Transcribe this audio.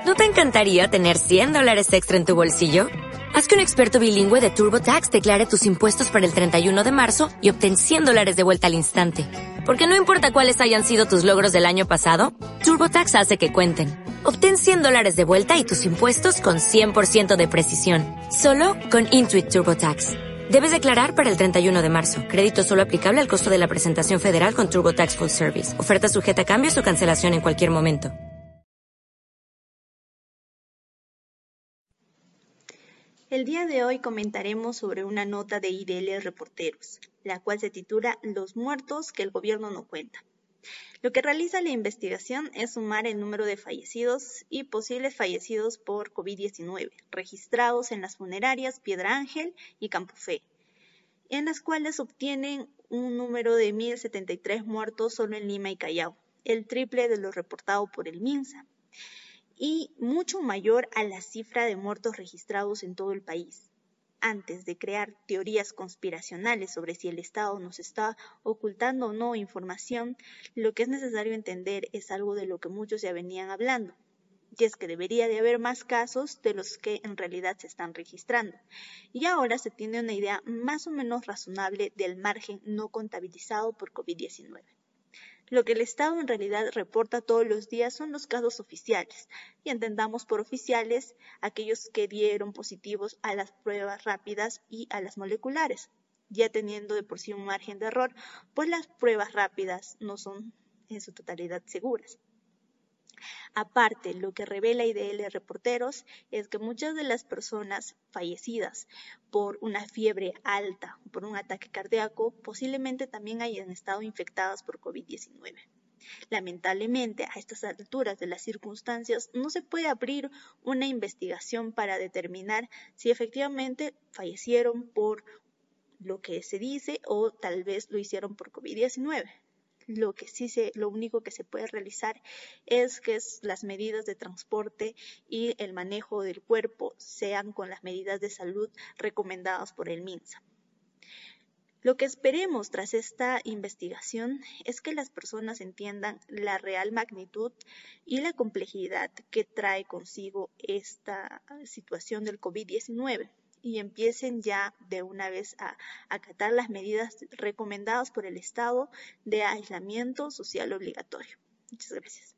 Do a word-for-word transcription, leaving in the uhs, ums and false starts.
¿No te encantaría tener cien dólares extra en tu bolsillo? Haz que un experto bilingüe de TurboTax declare tus impuestos para el treinta y uno de marzo y obtén cien dólares de vuelta al instante. Porque no importa cuáles hayan sido tus logros del año pasado, TurboTax hace que cuenten. Obtén cien dólares de vuelta y tus impuestos con cien por ciento de precisión. Solo con Intuit TurboTax. Debes declarar para el treinta y uno de marzo. Crédito solo aplicable al costo de la presentación federal con TurboTax Full Service. Oferta sujeta a cambios o cancelación en cualquier momento. El día de hoy comentaremos sobre una nota de I D L Reporteros, la cual se titula Los muertos que el gobierno no cuenta. Lo que realiza la investigación es sumar el número de fallecidos y posibles fallecidos por COVID diecinueve, registrados en las funerarias Piedra Ángel y Campofé, en las cuales obtienen un número de mil setenta y tres muertos solo en Lima y Callao, el triple de lo reportado por el MINSA, y mucho mayor a la cifra de muertos registrados en todo el país. Antes de crear teorías conspiracionales sobre si el Estado nos está ocultando o no información, lo que es necesario entender es algo de lo que muchos ya venían hablando, y es que debería de haber más casos de los que en realidad se están registrando. Y ahora se tiene una idea más o menos razonable del margen no contabilizado por COVID diecinueve. Lo que el Estado en realidad reporta todos los días son los casos oficiales, y entendamos por oficiales aquellos que dieron positivos a las pruebas rápidas y a las moleculares, ya teniendo de por sí un margen de error, pues las pruebas rápidas no son en su totalidad seguras. Aparte, lo que revela I D L Reporteros es que muchas de las personas fallecidas por una fiebre alta o por un ataque cardíaco posiblemente también hayan estado infectadas por COVID diecinueve. Lamentablemente, a estas alturas de las circunstancias, no se puede abrir una investigación para determinar si efectivamente fallecieron por lo que se dice o tal vez lo hicieron por COVID diecinueve. Lo que sí se, lo único que se puede realizar es que las medidas de transporte y el manejo del cuerpo sean con las medidas de salud recomendadas por el MINSA. Lo que esperemos tras esta investigación es que las personas entiendan la real magnitud y la complejidad que trae consigo esta situación del COVID diecinueve. Y empiecen ya de una vez a acatar las medidas recomendadas por el Estado de aislamiento social obligatorio. Muchas gracias.